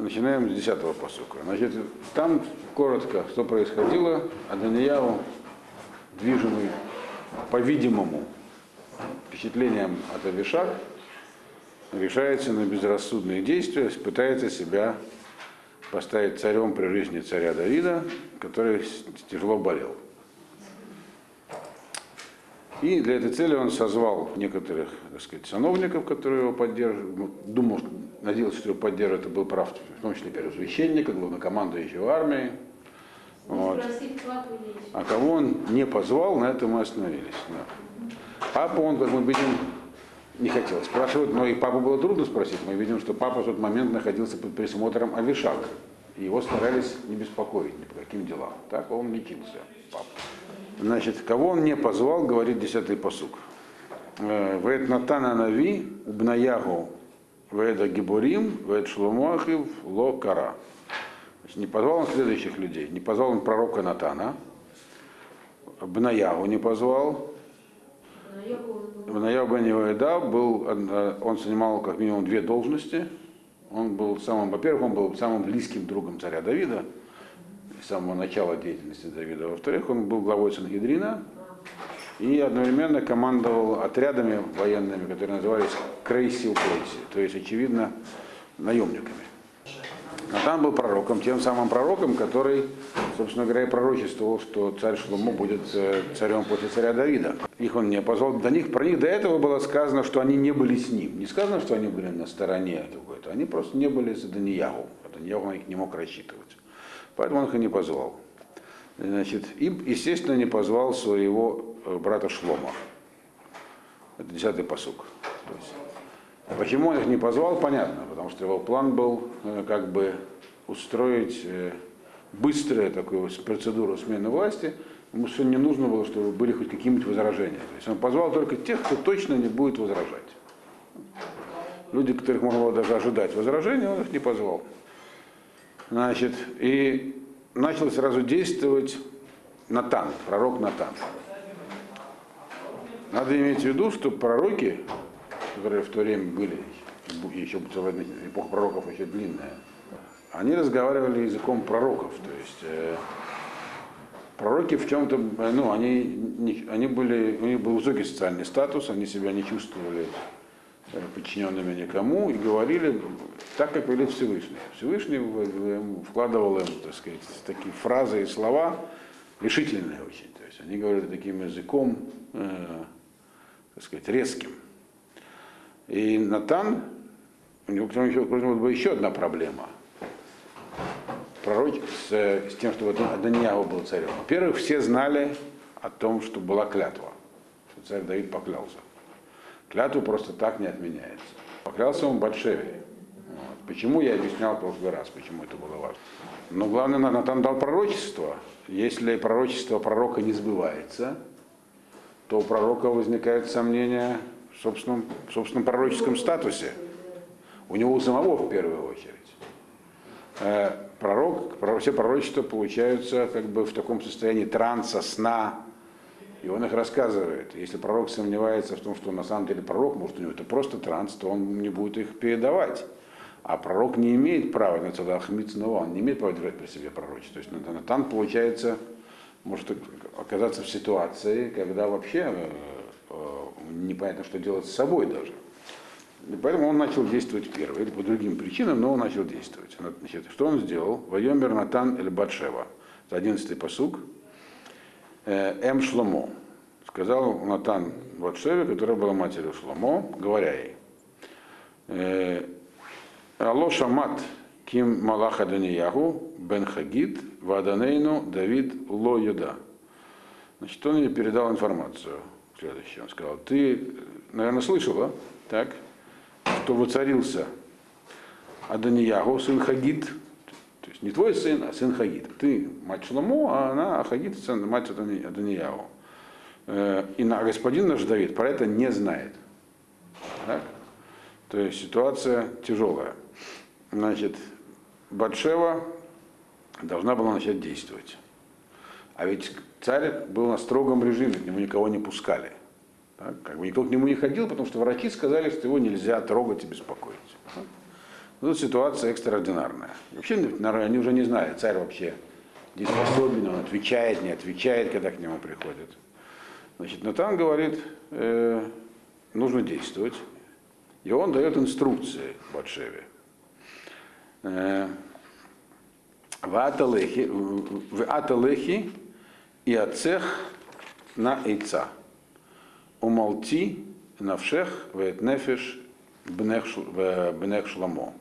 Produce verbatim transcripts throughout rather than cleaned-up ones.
начинаем с десятого пасука. Значит, там коротко, что происходило. Адонияу, движимый, по-видимому, впечатлением от Авишаг, решается на безрассудные действия, пытается себя поставить царем при жизни царя Давида, который тяжело болел. И для этой цели он созвал некоторых, так сказать, сановников, которые его поддерживали. Думал, надеялся, что его поддержит, это был прав, в том числе первосвященника, главнокомандующего армией. Вот. А кого он не позвал, на этом мы остановились. Да. Папу он, как мы видим, не хотел спрашивать, но и папу было трудно спросить. Мы видим, что папа в тот момент находился под присмотром Авишаг. И его старались не беспокоить ни по каким делам. Так он лечился, папа. Значит, кого он не позвал, говорит десятый пасук. Вэт Натана Нави, Убнаягу, Вэда Гибурим, Вэт Шломуахив, Ло Кара. Значит, не позвал он следующих людей. Не позвал он пророка Натана, Бнаягу не позвал. Бнаягу бен Йеhoиада был, он занимал как минимум две должности. Он был самым, во-первых, он был самым близким другом царя Давида, с самого начала деятельности Давида. Во-вторых, он был главой Сангедрина и одновременно командовал отрядами военными, которые назывались крейси-укрейси, то есть, очевидно, наемниками. А там был пророком, тем самым пророком, который, собственно говоря, и пророчествовал, что царь Шломо будет царем после царя Давида. Их он не позвал. До них, про них до этого было сказано, что они не были с ним. Не сказано, что они были на стороне какой-то. Они просто не были с Адонияху. Адонияху на них не мог рассчитывать. Поэтому он их и не позвал. Значит, и, естественно, не позвал своего брата Шлома. Это десятый пасук. То есть, почему он их не позвал, понятно. Потому что его план был как бы устроить быструю такую процедуру смены власти. Ему совершенно не нужно было, чтобы были хоть какие-нибудь возражения. То есть он позвал только тех, кто точно не будет возражать. Люди, которых можно было даже ожидать возражения, он их не позвал. Значит, и начал сразу действовать Натан, пророк Натан. Надо иметь в виду, что пророки, которые в то время были, еще эпоха пророков еще длинная, они разговаривали языком пророков. То есть э, пророки в чем-то, ну, они, не, они были, у них был высокий социальный статус, они себя не чувствовали подчиненными никому и говорили так, как велит Всевышний. Всевышний вкладывал им, так сказать, такие фразы и слова решительные очень. То есть они говорили таким языком, э, так сказать, резким. И Натан, у него к тому еще, была еще одна проблема. Пророк с, с тем, что Адонияху был царем. Во-первых, все знали о том, что была клятва, что царь Давид поклялся. Клятву просто так не отменяется. Поклялся он Батшеве. Вот. Почему, я объяснял в прошлый раз, почему это было важно. Но главное, Натан дал пророчество. Если пророчество пророка не сбывается, то у пророка возникает сомнение в собственном, в собственном пророческом статусе. У него у самого в первую очередь. Пророк, все пророчества получаются как бы в таком состоянии транса, сна. И он их рассказывает. Если пророк сомневается в том, что он на самом деле пророк, может, у него это просто транс, то он не будет их передавать. А пророк не имеет права, на он не имеет права держать при себе пророчество. То есть Натан, получается, может оказаться в ситуации, когда вообще непонятно, что делать с собой даже. И поэтому он начал действовать первый, или по другим причинам, но он начал действовать. Значит, что он сделал? Вайомер Натан эль Батшева. Это одиннадцатый пасук. Эм Шломо. Сказал Натан Батшеве, которая была матерью Шломо, говоря ей: Алло шамат ким малах Адонияху бен Хагит ваданейну Давид ло юда. Значит, он ей передал информацию следующую. Он сказал: ты, наверное, слышала, так, что воцарился Адонияху, сын Хагит. То есть не твой сын, а сын Хагит. Ты мать Шломо, а она Хагит, сын, мать Адонияху. И на господин наш Давид про это не знает. Так? То есть ситуация тяжелая. Значит, Батшева должна была начать действовать. А ведь царь был на строгом режиме, к нему никого не пускали. Так? Как бы никто к нему не ходил, потому что врачи сказали, что его нельзя трогать и беспокоить. Так? Ну, тут ситуация экстраординарная. Вообще, наверное, они уже не знали, царь вообще здесь способен, он отвечает, не отвечает, когда к нему приходят. Значит, Натан говорит, э, нужно действовать. И он дает инструкции Батшеве. Э, в аталехи и ацех на яйца. Умалти навшех веет нефеш бнех шламо.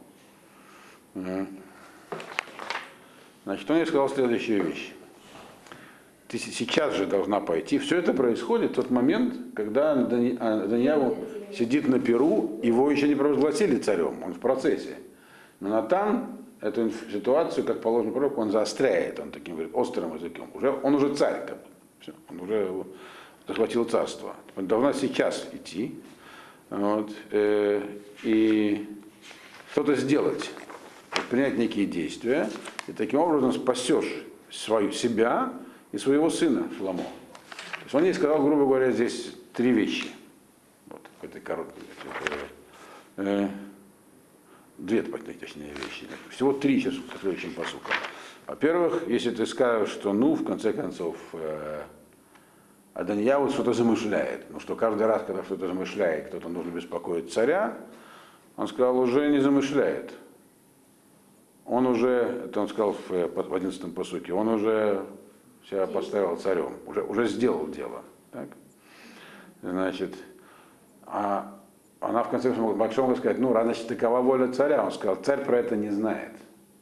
Значит, он ей сказал следующую вещь. Ты сейчас же должна пойти. Все это происходит в тот момент, когда Даниэлу сидит на перу, его еще не провозгласили царем, он в процессе. Но Натан эту ситуацию, как положено пророку, он заостряет, он таким говорит, острым языком. Уже, он уже царь, как бы. Все, он уже захватил царство. Он должна сейчас идти вот, э, и что-то сделать, принять некие действия, и таким образом спасешь свою, себя и своего сына Шломо. То есть он ей сказал, грубо говоря, здесь три вещи. Вот в этой короткой. Э, две, точнее, вещи. Всего три сейчас в следующем посуке. Во-первых, если ты скажешь, что, ну, в конце концов, э, Аданьяу что-то замышляет, ну что каждый раз, когда что-то замышляет, кто-то нужно беспокоить царя, он сказал, уже не замышляет. Он уже, это он сказал в, в одиннадцатом посуке, он уже себя поставил царем, уже, уже сделал дело. Так? Значит, а она в конце концов Большому может сказать, ну, значит, такова воля царя. Он сказал, царь про это не знает.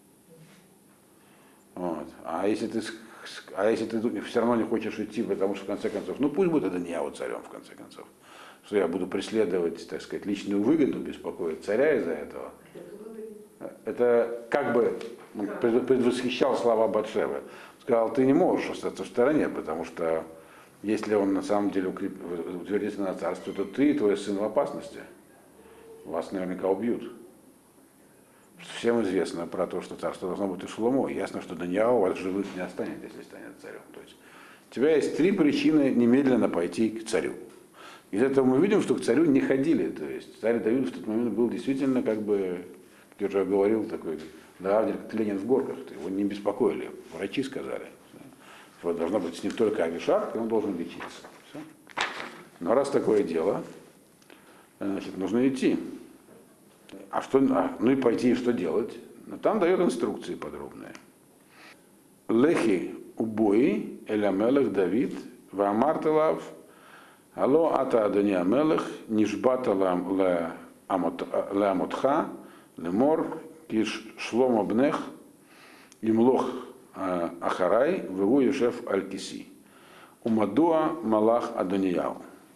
Вот. А если ты, а если ты все равно не хочешь идти, потому что в конце концов, ну пусть будет это не я вот царем, в конце концов. Что я буду преследовать, так сказать, личную выгоду, беспокоить царя из-за этого. Это как бы предвосхищал слова Батшевы. Сказал, ты не можешь остаться в стороне, потому что если он на самом деле утвердится на царстве, то ты и твой сын в опасности. Вас наверняка убьют. Всем известно про то, что царство должно быть у Шломо. Ясно, что Даниил у вас живых не останется, если станет царем. То есть у тебя есть три причины немедленно пойти к царю. Из этого мы видим, что к царю не ходили. То есть царь Давид в тот момент был действительно, как бы, как я уже говорил, такой, да, как Ленин в горках. Его не беспокоили. Врачи сказали. Что должна быть с ним только Авишаг, и он должен лечиться. Все. Но раз такое дело, значит, нужно идти. А что, а, ну и пойти и что делать? Но там дает инструкции подробные. Лехи убои эля мелех Давид ваамартелав алло ата адони амелех нишбата ле амотха лемор киш шломо бнех имлох ахарай вегу ешев аль-киси умадуа малах адонияу.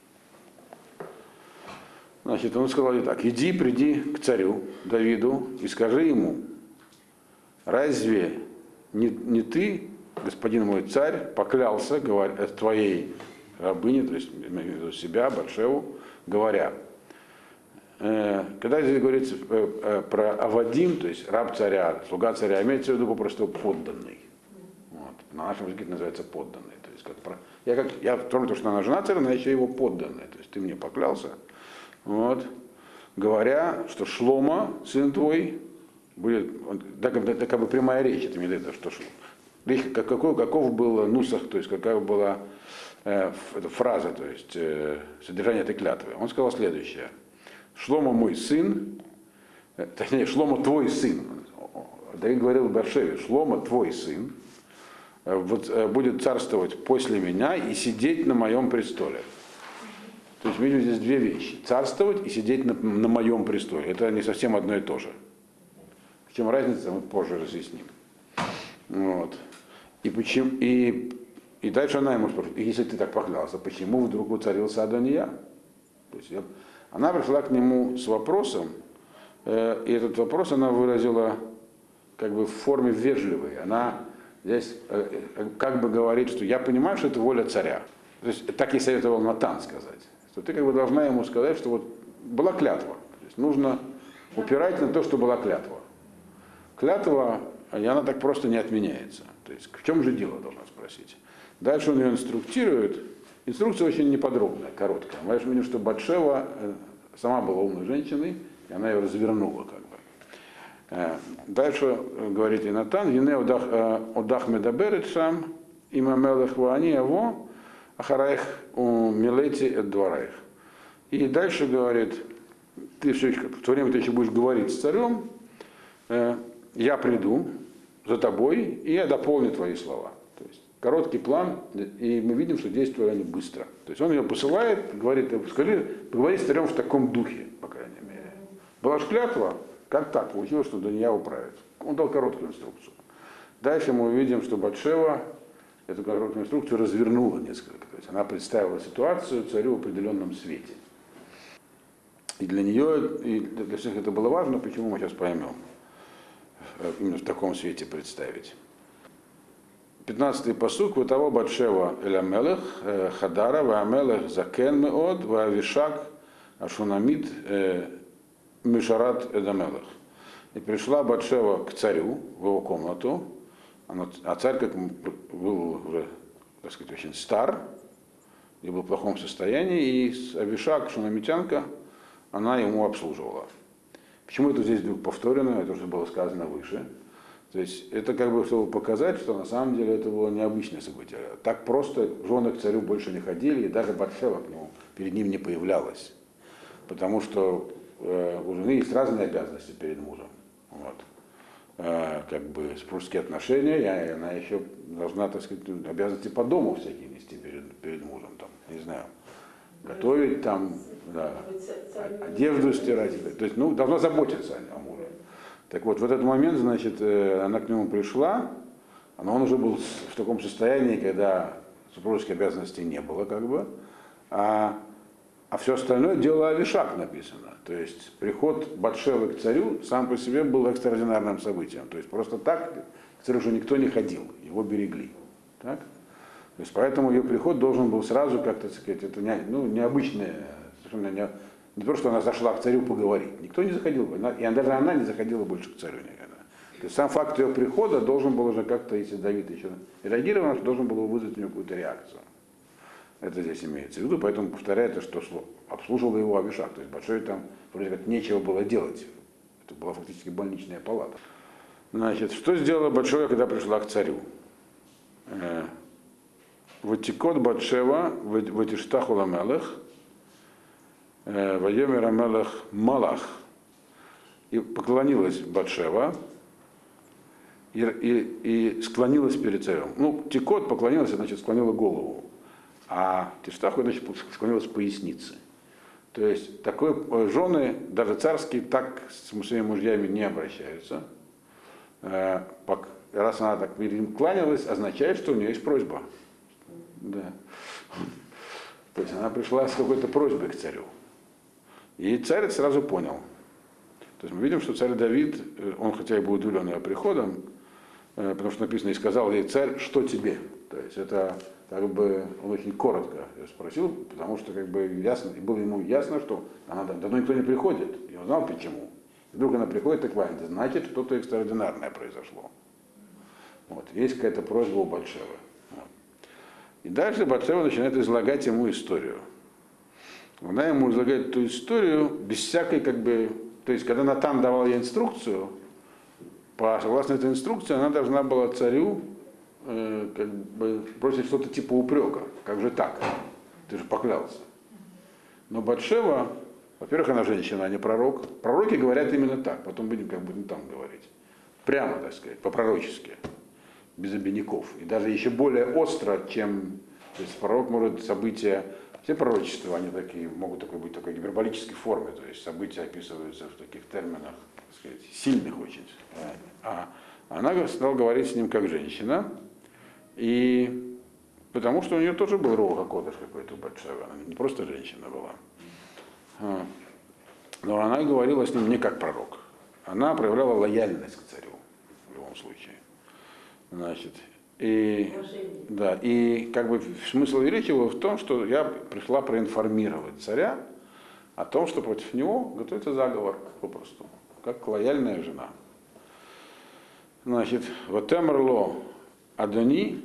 Значит, он сказал так, иди, приди к царю Давиду и скажи ему, разве не, не ты, господин мой царь, поклялся говоря, твоей рабыне, то есть себя, Батшеву, говоря, э, когда здесь говорится э, э, про Авадим, то есть раб царя, слуга царя, имеется в виду попросту подданный. Вот. На нашем языке это называется подданный. То есть, как, я, как, я, кроме того, что она жена царя, она еще его подданная. То есть ты мне поклялся. Вот, говоря, что Шломо, сын твой, будет, да, это как бы прямая речь, это имеет в виду, что речь, какой, каков был нусах, то есть какая была э, эта фраза, то есть э, содержание этой клятвы. Он сказал следующее: Шломо мой сын, э, точнее, Шломо твой сын. Давид говорил Батшеве, Шломо твой сын э, вот, э, будет царствовать после меня и сидеть на моем престоле. То есть видим здесь две вещи. Царствовать и сидеть на, на моем престоле. Это не совсем одно и то же. В чем разница, мы позже разъясним. Вот. И, почему, и, и дальше она ему спрашивает, если ты так поклялся, почему вдруг уцарился Адония? То есть я, она пришла к нему с вопросом, э, и этот вопрос она выразила как бы в форме вежливой. Она здесь э, как бы говорит, что я понимаю, что это воля царя. То есть так и советовал Натан сказать. Что ты как бы должна ему сказать, что вот была клятва. То есть нужно упирать на то, что была клятва. Клятва, и она так просто не отменяется. То есть в чем же дело, должна спросить. Дальше он ее инструктирует. Инструкция очень неподробная, короткая. Мы видим, что Батшева сама была умной женщиной, и она ее развернула как бы. Дальше говорит Инатан, «Ене одах медаберет шам, има мелех ваани аво, ахараих у милети эд двораих». И дальше говорит, ты все, в то время ты еще будешь говорить с царем, я приду за тобой, и я дополню твои слова. То есть короткий план, и мы видим, что действуют они быстро. То есть он ее посылает, говорит, скажи, поговори с царем в таком духе, по крайней мере. Была же клятва, как так получилось, что Данияу правит. Он дал короткую инструкцию. Дальше мы увидим, что Батшева эту короткую инструкцию развернула несколько. То есть она представила ситуацию царю в определенном свете. И для нее, и для всех это было важно, почему мы сейчас поймем. Именно в таком свете представить. пятнадцатый пасук. «Ватаво Батшева эль Амелех Хадара, ва Амелех закен меод, ва Авишак ашунамит мишарат эд Амелех». И пришла Батшева к царю в его комнату, а царь как был уже, так сказать, очень стар, и был в плохом состоянии, и Авишак, шунамитянка, она ему обслуживала. Почему это здесь вдруг повторено, это уже было сказано выше. То есть это как бы чтобы показать, что на самом деле это было необычное событие. Так просто жены к царю больше не ходили, и даже Батшева к нему, перед ним не появлялась. Потому что э, у жены есть разные обязанности перед мужем. Вот. Э, как бы супружеские отношения, и она еще должна, так сказать, обязанности по дому всякие нести перед, перед мужем. Там, не знаю, готовить там, да, одежду стирать. То есть, ну, должна заботиться о муже. Так вот, в этот момент, значит, она к нему пришла, но он уже был в таком состоянии, когда супружеских обязанностей не было, как бы, а, а все остальное дело Авишак написано. То есть приход Батшевы к царю сам по себе был экстраординарным событием. То есть просто так к царю уже никто не ходил, его берегли. Так? То есть поэтому ее приход должен был сразу как-то, так сказать, это не, ну, необычное, совершенно не, не то, что она зашла к царю поговорить. Никто не заходил, и даже она не заходила больше к царю никогда. То есть сам факт ее прихода должен был уже как-то, если Давид еще реагировал, должен был вызвать у него какую-то реакцию. Это здесь имеется в виду, поэтому повторяется, что обслуживал его Авишак. То есть Батшеве там вроде как нечего было делать. Это была фактически больничная палата. Значит, что сделала Батшева, когда пришла к царю? Ватикот Батшева, Ватиштаху ламелех, Вайомер Амелех Малах. И поклонилась Батшева и, и, и склонилась перед царем. Ну, Тикот поклонилась, значит, склонила голову. А Тиштаху, значит, склонилась в пояснице. То есть такой жены, даже царские, так с своими мужьями не обращаются. Раз она так перед ним кланялась, означает, что у нее есть просьба. Да. То есть она пришла с какой-то просьбой к царю. И царь это сразу понял. То есть мы видим, что царь Давид, он хотя и был удивлен ее приходом, потому что написано, и сказал ей царь, что тебе? То есть это как бы он очень коротко ее спросил, потому что как бы ясно, и было ему ясно, что она давно никто не приходит. И он знал почему. И вдруг она приходит и кланяется, значит, что-то экстраординарное произошло. Вот. Есть какая-то просьба у Батшевы. Вот. И дальше Батшева начинает излагать ему историю. Она ему излагает эту историю без всякой, как бы, то есть, когда Натан давал ей инструкцию, по, согласно этой инструкции, она должна была царю э, как бы, бросить что-то типа упрека. Как же так? Ты же поклялся. Но Батшева, во-первых, она женщина, а не пророк. Пророки говорят именно так, потом будем как будем там говорить. Прямо, так сказать, по-пророчески, без обиняков. И даже еще более остро, чем, то есть пророк может события. Все пророчества, они такие, могут такой быть такой гиперболической форме, то есть события описываются в таких терминах, так сказать, сильных очень. А она стала говорить с ним как женщина, и потому что у нее тоже был Руах ха-Кодеш какой-то Батшева, она не просто женщина была. Но она говорила с ним не как пророк. Она проявляла лояльность к царю в любом случае. Значит, И, да, и как бы смысл речи был в том, что я пришла проинформировать царя о том, что против него готовится заговор попросту, как лояльная жена. Значит, вот Эмерло Адони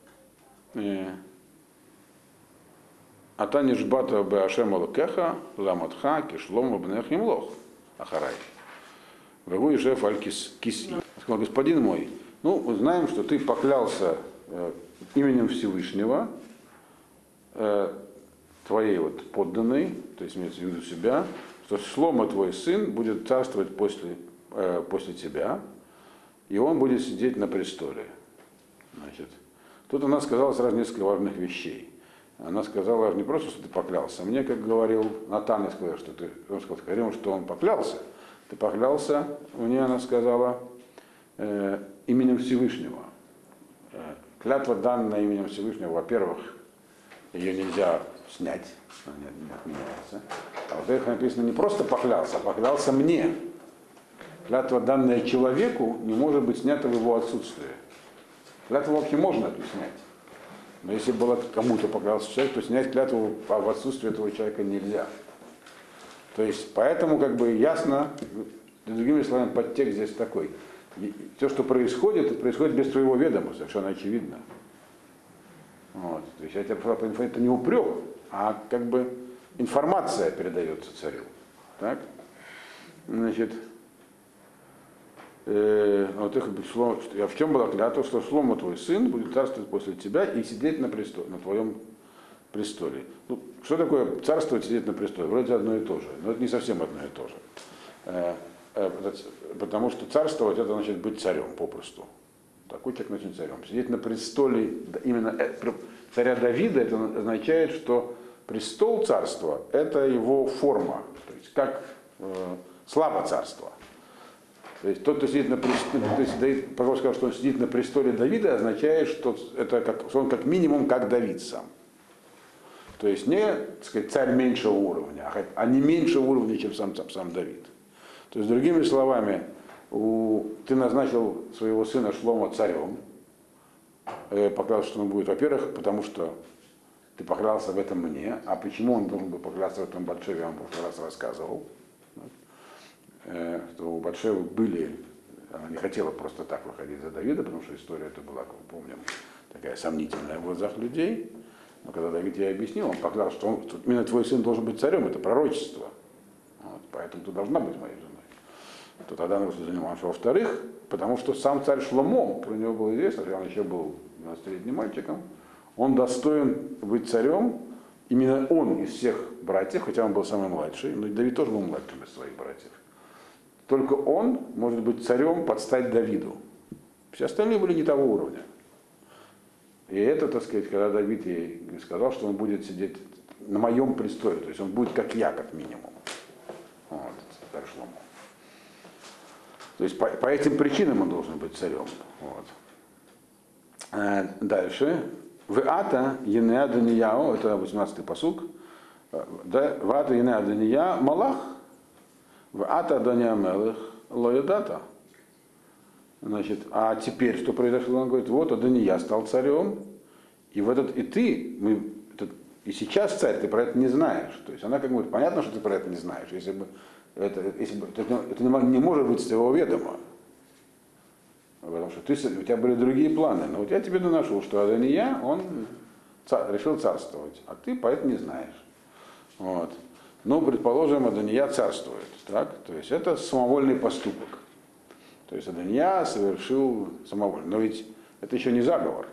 Атани Жбата Беашем Алукеха Ламатха Кишлом Бнех Имлох Ахарай. Врагу и шеф Аль-Киси. Сказал, господин мой, ну, мы знаем, что ты поклялся э, именем Всевышнего, э, твоей вот подданной, то есть имеется в виду себя, что Шломо, твой сын, будет царствовать после, э, после тебя, и он будет сидеть на престоле. Значит, тут она сказала сразу несколько важных вещей. Она сказала не просто, что ты поклялся. Мне, как говорил Натан, я сказал, что ты, он сказал, говорил, что он поклялся. Ты поклялся, мне она сказала, э, именем Всевышнего. Э, клятва, данная именем Всевышнего, во-первых, ее нельзя снять, она не отменяется. А во-вторых, написано не просто поклялся, а поклялся мне. Клятва, данная человеку, не может быть снята в его отсутствие. Клятву вообще можно снять. Но если было кому-то поклялся человек, то снять клятву в отсутствие этого человека нельзя. То есть, поэтому как бы ясно, другими словами, подтекст здесь такой. Все, что происходит, это происходит без твоего ведома, совершенно очевидно. Вот. То есть, я тебе сказал, это не упрек, а как бы информация передается царю. Так? Значит, э, вот их, в чем была клятва, что Шломо, твой сын, будет царствовать после тебя и сидеть на престоле, на твоем престоле. Ну, что такое царствовать, сидеть на престоле? Вроде одно и то же, но это не совсем одно и то же. Э, э, потому что царствовать, это значит быть царем попросту. Такой человек значит царем. Сидеть на престоле именно царя Давида, это означает, что престол царства – это его форма, то есть как э, слава царства. То есть тот, кто сидит на престоле, то есть Давид, Пророк сказал, что он сидит на престоле Давида, означает, что, это как, что он как минимум как Давид сам. То есть не, так сказать, царь меньшего уровня, а не меньшего уровня, чем сам, сам, сам Давид. То есть, другими словами, у, ты назначил своего сына Шломо царем, э, поклялся, что он будет, во-первых, потому что ты поклялся в этом мне, а почему он должен был поклясться в этом Батшеве, я вам в прошлый раз рассказывал, э, что у Батшевы были, она не хотела просто так выходить за Давида, потому что история эта была, как мы помним, такая сомнительная в глазах людей. Но когда Давид ей объяснил, он поклялся, что, он, что именно твой сын должен быть царем, это пророчество. Вот, поэтому ты должна быть моей женой. То тогда она вышла за ним. Во-вторых, потому что сам царь Шломо, про него было известно, что он еще был двенадцатилетним мальчиком, он достоин быть царем, именно он из всех братьев, хотя он был самый младший, но Давид тоже был младшим из своих братьев. Только он может быть царем под стать Давиду. Все остальные были не того уровня. И это, так сказать, когда Давид ей сказал, что он будет сидеть на моем престоле, то есть он будет как я, как минимум. Вот, так Шломо. То есть по, по этим причинам он должен быть царем. Вот. А дальше. В ата Енеа Данияу, это восемнадцатый пасук. В ата Енеа Дания Малах. В ата Дания Мелех Лоядата. Значит, а теперь что произошло? Он говорит, вот Адония стал царем, и в этот и ты, мы, этот, и сейчас царь, ты про это не знаешь. То есть она как бы, понятно, что ты про это не знаешь. Если бы это, если бы, это, это не, не может быть с твоего ведома. Потому что ты, у тебя были другие планы. Но вот я тебе доношу, что Адония, он царь, решил царствовать, а ты поэтому не знаешь. Вот. Ну, предположим, Адония царствует. Так? То есть это самовольный поступок. То есть Адония совершил самовольно. Но ведь это еще не заговор.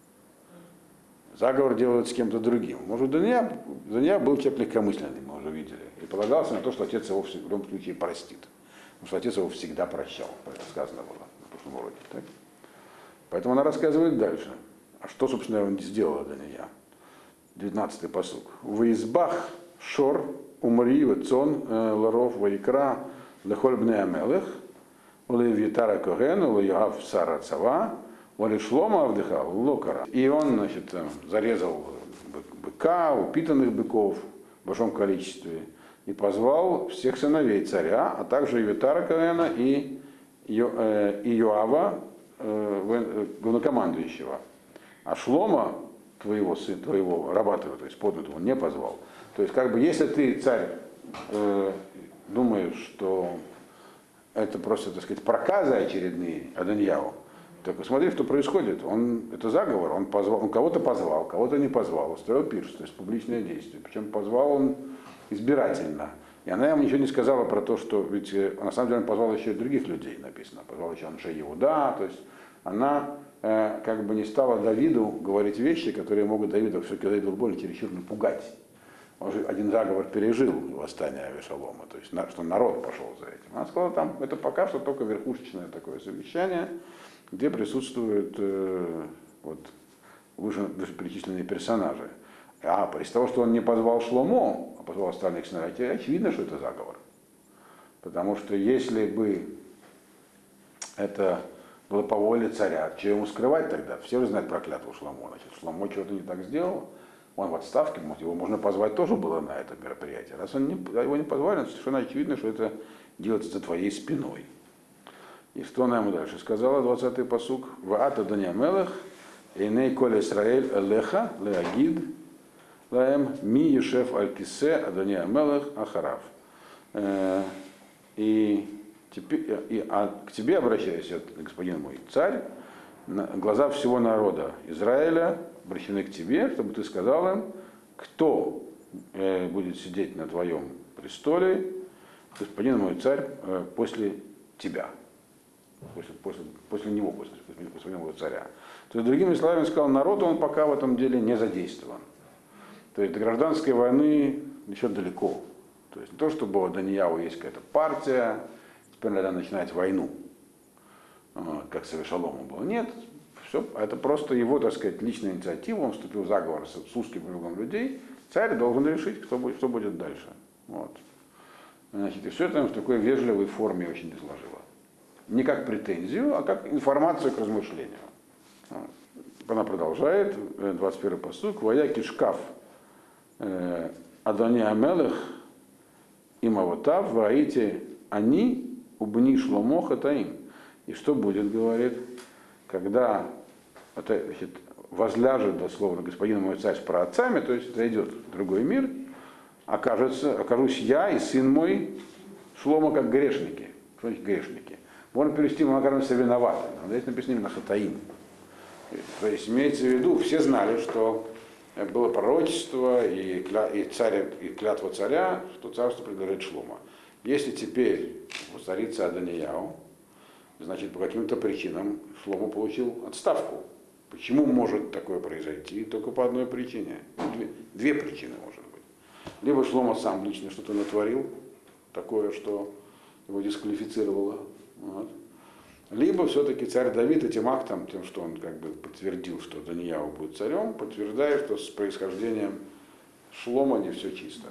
Заговор делают с кем-то другим. Может, Адония, Адония был человек легкомысленный, мы уже видели. И полагался на то, что отец его в любом случае простит. Потому что отец его всегда прощал. Это сказано было на прошлом уроке. Так? Поэтому она рассказывает дальше. А что, собственно, он сделал Адония? девятнадцатый пасук. В избах шор умри вецон ларов ваикра лехоль бней амелех. Витара Когену, Йоав Сара Цава, Шломо вдыхал Локара. И он, значит, зарезал быка, упитанных быков в большом количестве и позвал всех сыновей царя, а также и Витара Когена и Йоава, главнокомандующего. А Шломо, твоего сына, твоего раба, то есть поднятого, не позвал. То есть, как бы, если ты, царь, э, думаешь, что это просто, так сказать, проказы очередные Адонияу, только смотри, что происходит. Он, это заговор, он, позвал, он кого-то позвал, кого-то не позвал, устроил пиршество, то есть публичное действие. Причем позвал он избирательно. И она ему ничего не сказала про то, что ведь на самом деле он позвал еще и других людей, написано, позвал еще Аншей Иуда, то есть она э, как бы не стала Давиду говорить вещи, которые могут Давида, все-таки Давид был более чересчур напугать. Он же один заговор пережил, восстание Авешалома, то есть что народ пошел за этим. Она сказала, там это пока что только верхушечное такое совещание, где присутствуют э, вот, выше перечисленные персонажи. А из того, что он не позвал Шломо, а позвал остальных сыновей, очевидно, что это заговор. Потому что если бы это было по воле царя, что ему скрывать тогда? Все же знают про клятву Шломо. Значит, Шломо чего-то не так сделал, он в отставке, его можно позвать тоже было на это мероприятие. Раз он не, его не позвали, совершенно очевидно, что это делается за твоей спиной. И что она ему дальше сказала, двадцатый пасук, «Ваата Дания Мелех, Эйней Коль Исраэль Элеха, Леагид, Лаэм Ми Ешеф Аль-Кисе, Адония Мелех, Ахарав». И, теперь, и а к тебе обращаюсь, господин мой царь, глаза всего народа Израиля обращены к тебе, чтобы ты сказал им, кто будет сидеть на твоем престоле, господин мой царь, после тебя. После, после, после него, после, после, после него царя. То есть, другими словами, он сказал, народ он пока в этом деле не задействован. То есть до гражданской войны еще далеко. То есть не то, что было Данияу есть какая-то партия, теперь надо начинать войну, как с Авешаломом было. Нет, все, это просто его, так сказать, личная инициатива, он вступил в заговор с, с узким кругом людей, царь должен решить, кто будет, что будет дальше. Вот. Значит, и все это в такой вежливой форме очень изложило. Не как претензию, а как информацию к размышлению. Она продолжает, двадцать первый пасук, «Ваяки шкаф Адония Амелех имавотав, ваите они убни Шломо хатаим». И что будет, говорит, когда это, значит, возляжет, дословно, господин мой царь с праотцами, то есть зайдет в другой мир, окажется, окажусь я и сын мой Шломо как грешники. Что значит грешники? Можно перевести, мы окажемся виноваты. Но здесь написано именно хатаим. То есть имеется в виду, все знали, что было пророчество и, кля, и, царь, и клятва царя, что царство принадлежит Шломо. Если теперь воцарится Адонияу, значит, по каким-то причинам Шломо получил отставку. Почему может такое произойти? Только по одной причине. Две, две причины, может быть. Либо Шломо сам лично что-то натворил, такое, что его дисквалифицировало. Вот. Либо все-таки царь Давид этим актом, тем, что он как бы подтвердил, что Данияу будет царем, подтверждает, что с происхождением Шломо не все чисто.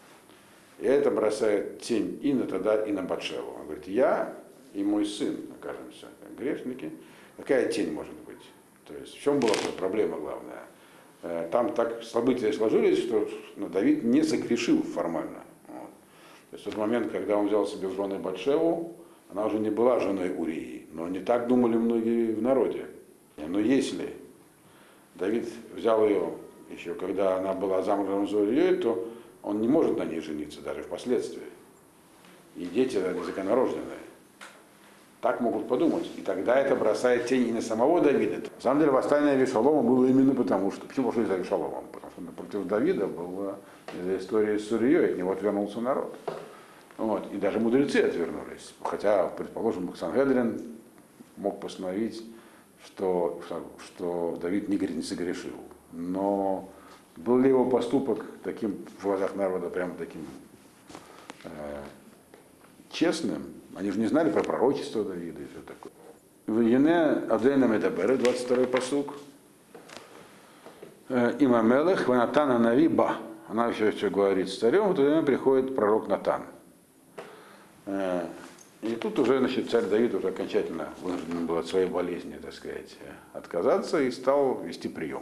И это бросает тень и на тогда, и на Батшеву. Он говорит, я и мой сын окажемся как грешники. Какая тень может быть? То есть в чем была проблема главная? Там так события сложились, что Давид не согрешил формально. Вот. То есть в тот момент, когда он взял себе в жены Батшеву, она уже не была женой Урии, но не так думали многие в народе. Но если Давид взял ее еще, когда она была замужем за Урией, то он не может на ней жениться даже впоследствии. И дети незаконнорожденные. Так могут подумать. И тогда это бросает тень и на самого Давида. На самом деле восстание Авешалома было именно потому, что... Почему пошли за Авешаломом? Потому что против Давида была из-за истории с Урией, от него отвернулся народ. Вот. И даже мудрецы отвернулись. Хотя, предположим, Сангедрин мог постановить, что, что Давид не согрешил. Но был ли его поступок таким в глазах народа, прямо таким э, честным? Они же не знали про пророчество Давида и все такое. В Ене Адейна Медабере, двадцать второй пасук. Имамелех, Ванатана Навиба. Она еще все говорит с царем, в то время приходит пророк Натан. И тут уже, значит, царь Давид уже окончательно вынужден был от своей болезни, так сказать, отказаться и стал вести прием.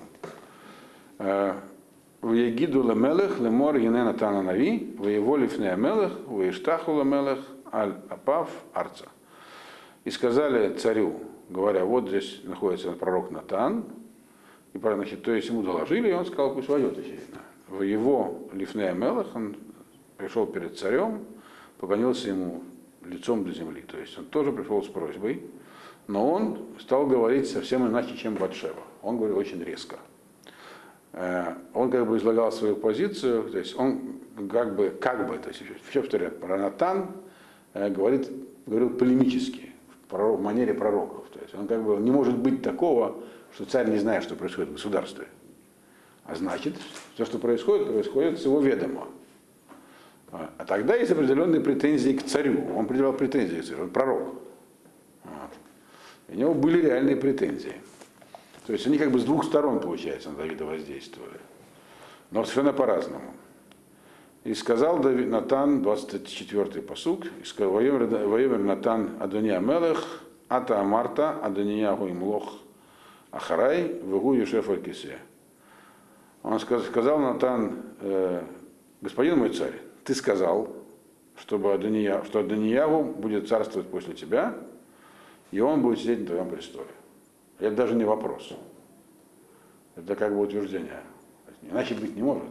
В Егиду Лемелех, Лемор, Ене Натана Нави, в его лифне Мелех, в Иштаху Лемелех, Аль-Апав, Арца. И сказали царю, говоря, вот здесь находится пророк Натан, и, значит, то есть ему доложили, и он сказал, пусть войдет, очевидно. В его лифне Мелех он пришел перед царем, поклонился ему лицом до земли. То есть он тоже пришел с просьбой, но он стал говорить совсем иначе, чем Батшева. Он говорил очень резко. Он как бы излагал свою позицию, то есть он как бы, как бы, то есть еще повторяю, про Натан говорит, говорил полемически, в манере пророков. То есть он как бы не может быть такого, что царь не знает, что происходит в государстве. А значит, все, что происходит, происходит с его ведома. А тогда есть определенные претензии к царю. Он предъявлял претензии к царю, он пророк. Вот. У него были реальные претензии. То есть они как бы с двух сторон, получается, на Давида воздействовали. Но совершенно по-разному. И сказал Давид, Натан, двадцать четвёртый пасук, и сказал: «Воемер Натан Адония Мелех, ата Амарта, Адонияху имлох Ахарай, вегу Юшеф Аль-Кисе». Он сказал Натан: э, господин мой царь, ты сказал, чтобы Адония, что Адонияху будет царствовать после тебя, и он будет сидеть на твоем престоле. Это даже не вопрос. Это как бы утверждение. Иначе быть не может.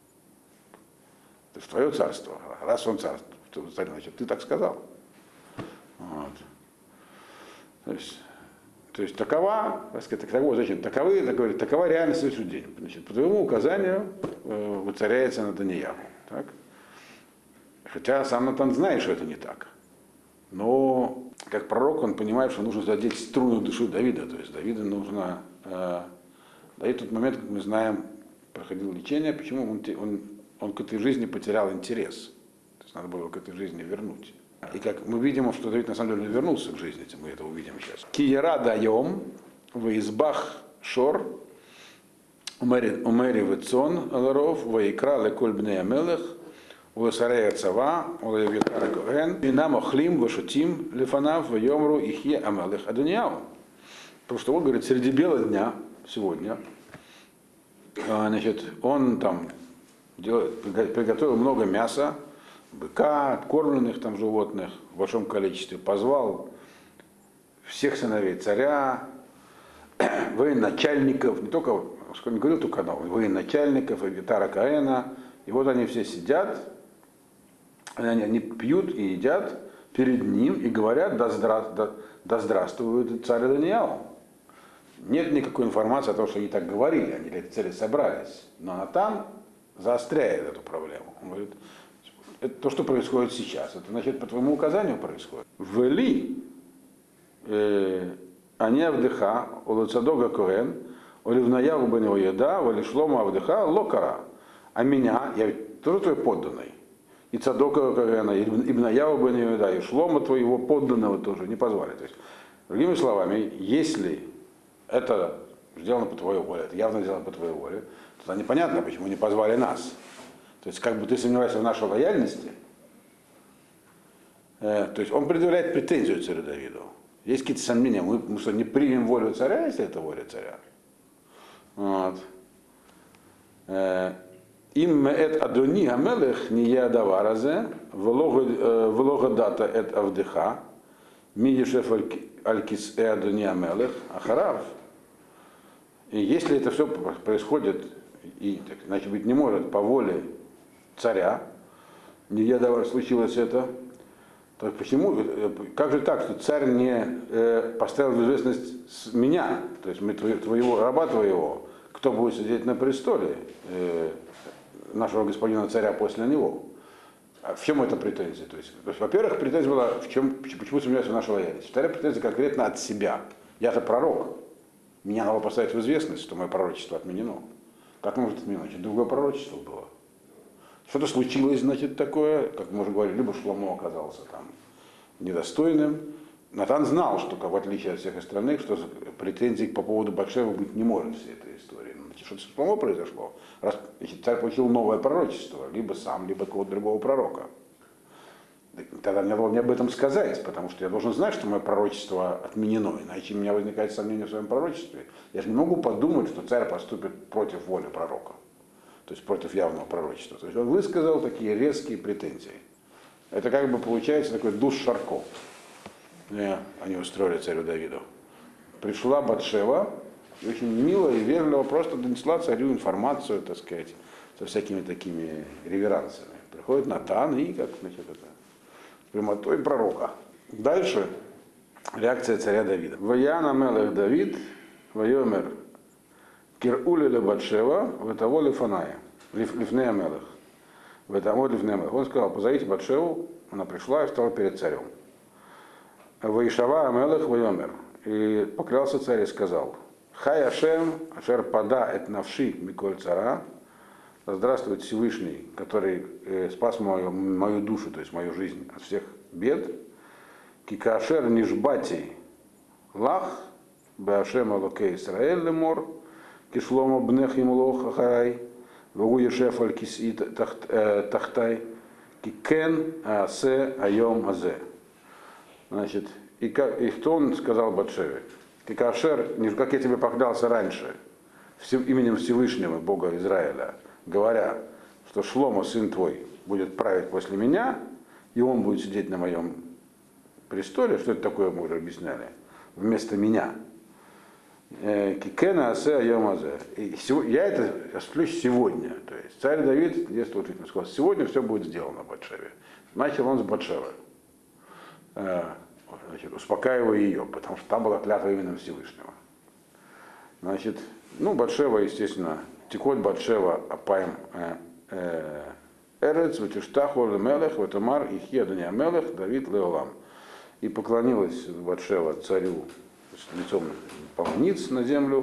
Это твое царство. Раз он царство, значит, ты так сказал. Вот. То есть, то есть такова, так сказать, такова, зачем? Таковы, такова, такова реальность суждения. Значит, по твоему указанию э, воцаряется Натаньяху. Так? Хотя сам Натан знает, что это не так. Но как пророк он понимает, что нужно задеть струну души Давида. То есть Давиду нужно... Э, Давид в тот момент, как мы знаем, проходил лечение. Почему он, он, он к этой жизни потерял интерес? То есть надо было его к этой жизни вернуть. И как мы видим, что Давид на самом деле вернулся к жизни, мы это увидим сейчас. Киера даем, в избах шор, умери вецон аларов, ваикра леколь бней амелех, улесарея цава, улевитара коген, винам охлим, вашутим, лефанав, вайомру, ихе амелех адонияу. Потому что он говорит, среди бела дня, сегодня, значит, он там делает, приготовил много мяса, быка, откормленных там животных в большом количестве, позвал всех сыновей царя, военачальников, не только, не говорил только одного, военачальников, Авитара Каэна, и вот они все сидят, они, они пьют и едят перед ним и говорят: да, здра, да, да здравствует царь Даниил. Нет никакой информации о том, что они так говорили, они для этой цели собрались. Но Натан заостряет эту проблему. Он говорит: это то, что происходит сейчас. Это, значит, по твоему указанию происходит. Вели они Авдыха, Олуцадога Коэн, Оливнаяву бен Оеда, Олишлома Авдыха, Локара. А меня, я ведь тоже твой подданный. И Цадока Коэна, и Ибнаяву бен Оеда, и Шлома твоего подданного тоже не позвали. То есть, другими словами, если это сделано по твоей воле, это явно сделано по твоей воле, то тогда непонятно, почему не позвали нас. То есть, как бы ты сомневаешься в нашей лояльности, э, то есть он предъявляет претензию царю Давиду. Есть какие-то сомнения, мы, мы что, не примем волю царя, если это воля царя? Вот. Им эт адони амелех не ядаваразе, влога эт авдыха, мидишев алькис э адони амелех, ахарав. И если это все происходит, и, так, значит быть не может, по воле царя, не ядавар случилось это, то почему, как же так, что царь не э, поставил в известность с меня, то есть мы, твоего раба твоего, кто будет сидеть на престоле э, нашего господина царя после него? А в чем это претензия? То есть, то есть, во-первых, претензия была, в чем, почему сомневаюсь в нашей лояльности. Вторая претензия конкретно от себя. Я-то пророк. Меня надо поставить в известность, что мое пророчество отменено. Как может отменено? Значит, другое пророчество было. Что-то случилось, значит, такое, как мы уже говорили, либо Шломо оказался там недостойным. Натан знал, что, в отличие от всех остальных, что претензий по поводу Батшевы быть не может всей этой истории. Значит, что-то с Шломо произошло. Раз, значит, царь получил новое пророчество, либо сам, либо какого-то другого пророка. Тогда мне было мне об этом сказать, потому что я должен знать, что мое пророчество отменено, иначе у меня возникает сомнение в своем пророчестве. Я же не могу подумать, что царь поступит против воли пророка, то есть против явного пророчества. То есть он высказал такие резкие претензии. Это как бы получается такой душ Шарко. Они устроили царю Давиду. Пришла Батшева, и очень мило и вежливо просто донесла царю информацию, так сказать, со всякими такими реверансами. Приходит Натан и, как, значит, это, прямотой пророка. Дальше реакция царя Давида. Ваяна мелех Давид, вайомер Кир-ули ле Батшева, ватаво лифаная, лифнея мелых. Ватаво лифнея мелых. Он сказал, позовите Батшеву, она пришла и стала перед царем. Ваишава Амелых Вайомер. И поклялся царь и сказал, Хай Ашем, Ашер Пада эт навши Миколь Цара, здравствует Всевышний, который э, спас мою, мою душу, то есть мою жизнь от всех бед. Кикашер Нишбати Лах, Беашем Алокей Исраэль Лемор, Кишлома Бнех Имлох Ахарай, Вагу Ешеф Аль Киси Тахтай, Кикен Аасе Айом Азе. Значит, и, как, и что он сказал Батшеве? Кикашер, как я тебе поклялся раньше, именем Всевышнего, Бога Израиля, говоря, что Шломо, сын твой, будет править после меня, и он будет сидеть на моем престоле, что это такое, мы уже объясняли, вместо меня. Кикена асе айомазе. Я это осуществлю сегодня. То есть царь Давид, детство учитель, сказал, сегодня все будет сделано Батшеве. Начал он с Батшевы. Значит, успокаивая ее, потому что там была клятва именно Всевышнего. Значит, ну, Батшева, естественно, Тикот Батшева Апаем Эрец, Ватиштаху Мелех, Ватамар, Ихи Адония Мелех, Давид Леолам. И поклонилась Батшева царю с лицом полниц на землю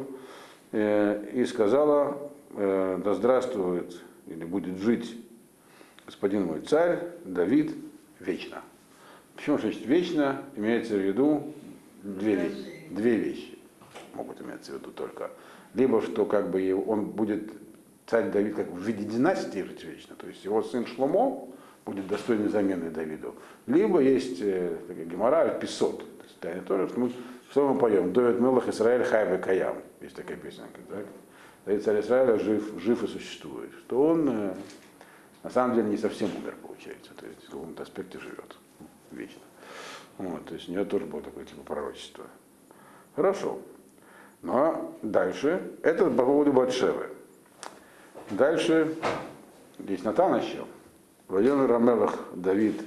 и сказала, да здравствует или будет жить господин мой царь Давид вечно. Почему значит вечно? Имеется в виду две вещи. Две вещи могут иметься в виду только. Либо что как бы он будет, царь Давид, как в виде династии жить вечно, то есть его сын Шломо будет достойной заменой Давиду. Либо есть э, такая гемора, писот. То есть, тоже, что, мы, что мы поем? Довед Мелах Исраэль Хайве Каям. Есть такая песенка. Так? Давид царь Израиля жив, жив и существует. Что он э, на самом деле не совсем умер, получается. То есть в каком-то аспекте живет вечно. Вот, то есть у него тоже было такое типа пророчество. Хорошо. Ну а дальше, это по поводу Батшевы. Дальше, здесь Натан еще. Вайомер Амелах Давид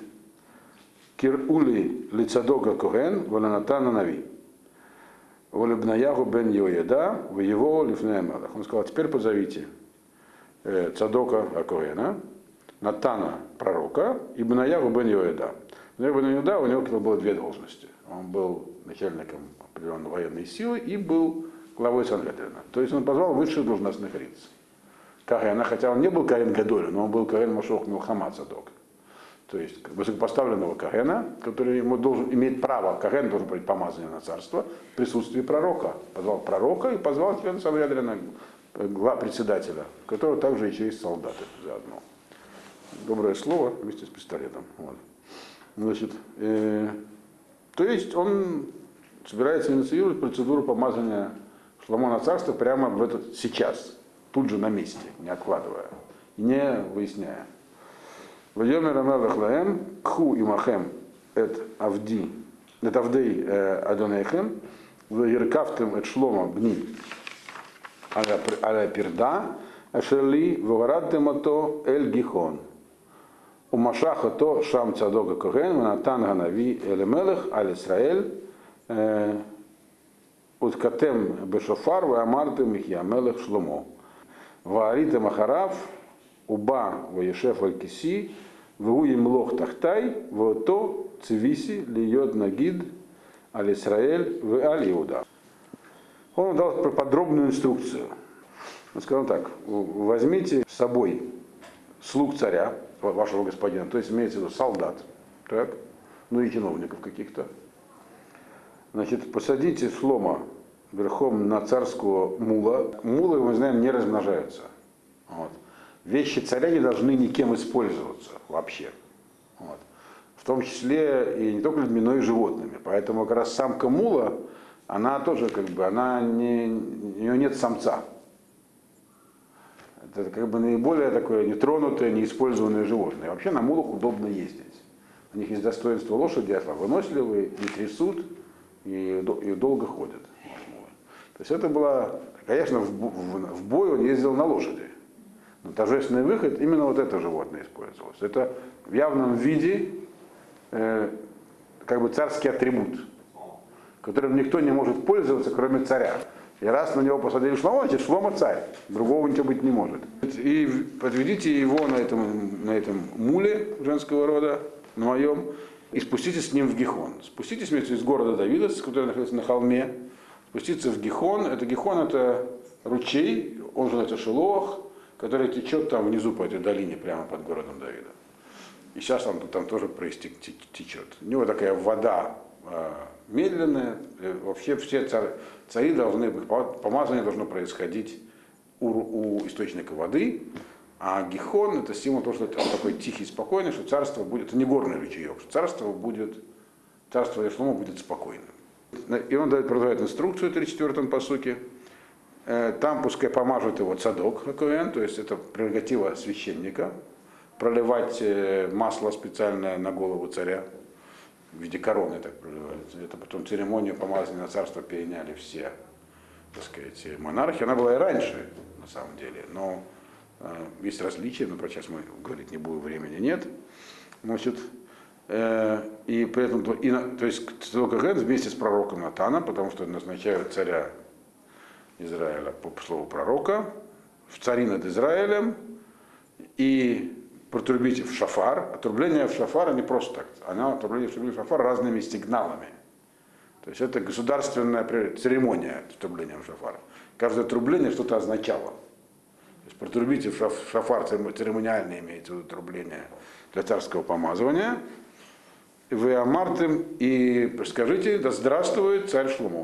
Кир-ули лицадога Коген, Валанатана Нави. Волебнаягу бен Йоеда, в его лифней Амелах. Он сказал, теперь позовите э, Цадока Акогена, Натана пророка и Бнаягу бен Йоеда. Бен Йоеда, у него было две должности. Он был начальником определенной военной силы и был главой Сангедрина. То есть он позвал высших должностных лиц. Кагена, хотя он не был Коген Гадоль, но он был Коген Машох Милхама Цадок. То есть высокопоставленного Кагена, который ему должен иметь право, Каген должен быть помазание на царство в присутствии пророка. Позвал пророка и позвал члена Сангедрина, председателя, у которого также еще есть солдаты заодно. Доброе слово вместе с пистолетом. Вот. Значит, э, то есть он собирается инициировать процедуру помазания Шломо на царство прямо в этот, сейчас, тут же на месте, не откладывая, не выясняя. Вайомер Амелах лаэм, кху имахем эт авди, эт авдей адонейхем, ваиркавтем эт Шломо бни аля пирда, ашерли ваварадтем ато эль гихон. Умашаха то шам цадога коген, ванатан ганави элемелех аль Исраэль, уткатем бешофар, ваамартем ихьямелех Шломо. Вааритем ахарав, уба ваешеф аль киси, вуим лох тахтай, вото цивиси льет нагид аль Исраэль в аль Иуда. Он дал подробную инструкцию. Он сказал так: возьмите с собой слуг царя, вашего господина, то есть имеется в виду солдат, так, ну и чиновников каких-то. Значит, посадите Шломо верхом на царского мула. Мулы, мы знаем, не размножаются. Вот. Вещи царя не должны никем использоваться вообще. Вот. В том числе и не только людьми, но и животными. Поэтому как раз самка мула, она тоже как бы, она не, у нее нет самца. Это как бы наиболее такое нетронутое, неиспользованное животное. Вообще на мулах удобно ездить. У них есть достоинство лошади, они выносливые, не трясут и, и долго ходят. То есть это было, конечно, в, в, в бой он ездил на лошади. Но торжественный выход, именно вот это животное использовалось. Это в явном виде э, как бы царский атрибут, которым никто не может пользоваться, кроме царя. И раз на него посадили Шломо, значит Шломо царь. Другого ничего быть не может. И подведите его на этом, на этом муле женского рода, на моем, и спуститесь с ним в Гихон. Спуститесь вместе из города Давида, который находится на холме, спуститься в Гихон. Это Гихон это ручей, он называется Шилох, который течет там внизу по этой долине, прямо под городом Давида. И сейчас он там тоже течет. У него такая вода э, медленная. Вообще все цари, цари должны, помазание должно происходить у, у источника воды, а Гихон это символ того, что это такой тихий, спокойный, что царство будет, это не горный ручеек, что царство будет, царство Шломо будет спокойным. И он дает, продолжает инструкцию в тридцать четвёртом пасуке. Там пускай помажет его цадок, то есть это прерогатива священника, проливать масло специальное на голову царя, в виде короны так проливается. Это потом церемонию помазания на царство переняли все, так сказать, монархи. Она была и раньше, на самом деле, но э, есть различия, но про сейчас мы говорить не будем, времени нет. Значит, э, и при этом, и, то есть Цадок Коэн вместе с пророком Натаном, потому что назначают царя Израиля по слову пророка, в цари над Израилем, и протрубите в шафар. Отрубление в шафар не просто так, она отрубление в шафар разными сигналами. То есть это государственная церемония отрубления в шафар. Каждое отрубление что-то означало. То есть протрубите в шафар, церемониально имеется в виду отрубление для царского помазывания. Вы амартым и скажите, да здравствует царь Шломо.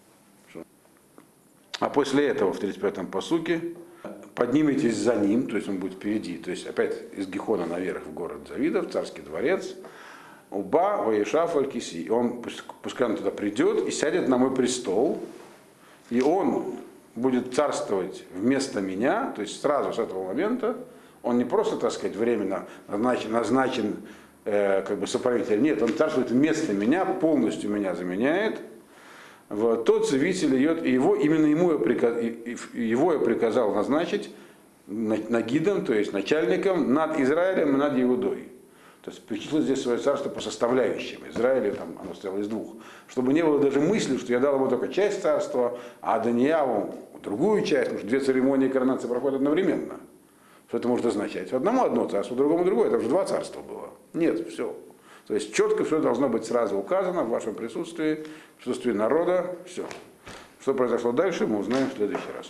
А после этого в тридцать пятом пасуке подниметесь за ним, то есть он будет впереди, то есть опять из Гихона наверх в город Давида, в царский дворец, Уба, Ваешаф, Аль-Киси. И он, пускай он туда придет и сядет на мой престол, и он будет царствовать вместо меня, то есть сразу с этого момента, он не просто, так сказать, временно назначен, назначен э, как бы соправитель, нет, он царствует вместо меня, полностью меня заменяет. Вот, тот цивитель идет, и его, именно ему я приказ, его я приказал назначить нагидом, то есть начальником над Израилем и над Иудой. То есть причислил здесь свое царство по составляющим. Израиле там оно состояло из двух. Чтобы не было даже мысли, что я дал ему только часть царства, а Данияву другую часть, потому что две церемонии коронации проходят одновременно. Что это может означать? Одному одно царство, другому другое. Это уже два царства было. Нет, все. То есть четко все должно быть сразу указано в вашем присутствии, в присутствии народа, все. Что произошло дальше, мы узнаем в следующий раз.